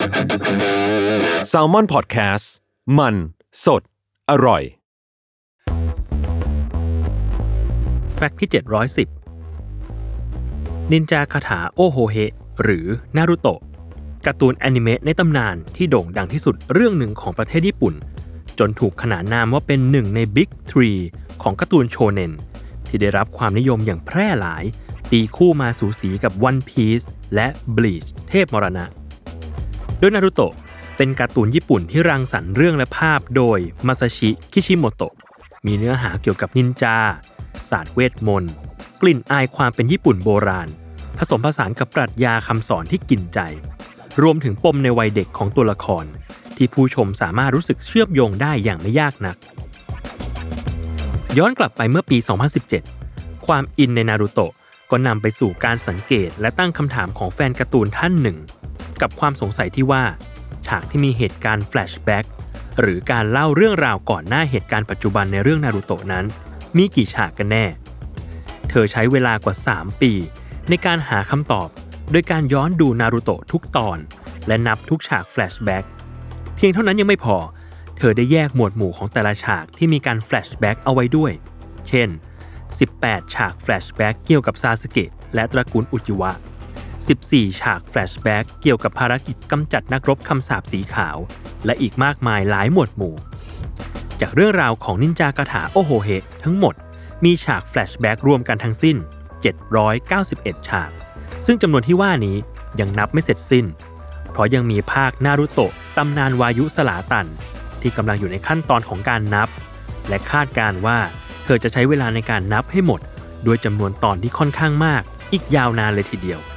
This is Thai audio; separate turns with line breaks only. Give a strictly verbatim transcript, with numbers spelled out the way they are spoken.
Salmon Podcast มันสดอร่อย
แฟกต์ที่เจ็ดร้อยสิบนินจาคาถาโอโฮเฮหรือนารูโตะการ์ตูนแอนิเมะในตำนานที่โด่งดังที่สุดเรื่องหนึ่งของประเทศญี่ปุ่นจนถูกขนานนามว่าเป็นหนึ่งในบิ๊กทรีของการ์ตูนโชเน็นที่ได้รับความนิยมอย่างแพร่หลายตีคู่มาสูสีกับ One Piece และ Bleach เทพมรณะโดยนารูโตะเป็นการ์ตูนญี่ปุ่นที่รังสรรค์เรื่องและภาพโดยมาซาชิคิชิโมโตะมีเนื้อหาเกี่ยวกับนินจาศาสตร์เวทมนต์กลิ่นอายความเป็นญี่ปุ่นโบราณผสมผสานกับปรัชญาคำสอนที่กินใจรวมถึงปมในวัยเด็กของตัวละครที่ผู้ชมสามารถรู้สึกเชื่อมโยงได้อย่างไม่ยากนักย้อนกลับไปเมื่อปี สองพันสิบเจ็ด ความอินในนารูโตะก็นำไปสู่การสังเกตและตั้งคำถามของแฟนการ์ตูนท่านหนึ่งกับความสงสัยที่ว่าฉากที่มีเหตุการณ์แฟลชแบ็กหรือการเล่าเรื่องราวก่อนหน้าเหตุการณ์ปัจจุบันในเรื่องนารูโตะนั้นมีกี่ฉากกันแน่เธอใช้เวลากว่าสามปีในการหาคำตอบโดยการย้อนดูนารูโตะทุกตอนและนับทุกฉากแฟลชแบ็กเพียงเท่านั้นยังไม่พอเธอได้แยกหมวดหมู่ของแต่ละฉากที่มีการแฟลชแบ็กเอาไว้ด้วยเช่นสิบแปดฉากแฟลชแบ็กเกี่ยวกับซาสึเกะและตระกูลอุจิวะสิบสี่ฉากแฟลชแบ็กเกี่ยวกับภารกิจกำจัดนักรบคำสาปสีขาวและอีกมากมายหลายหมวดหมู่จากเรื่องราวของนินจากาถาโอโฮเฮทั้งหมดมีฉากแฟลชแบ็กรวมกันทั้งสิ้นเจ็ดร้อยเก้าสิบเอ็ดฉากซึ่งจำนวนที่ว่านี้ยังนับไม่เสร็จสิ้นเพราะยังมีภาคนารูโตะตำนานวายุสลาตันที่กำลังอยู่ในขั้นตอนของการนับและคาดการณ์ว่าเธอจะใช้เวลาในการนับให้หมดด้วยจำนวนตอนที่ค่อนข้างมากอีกยาวนานเลยทีเดียว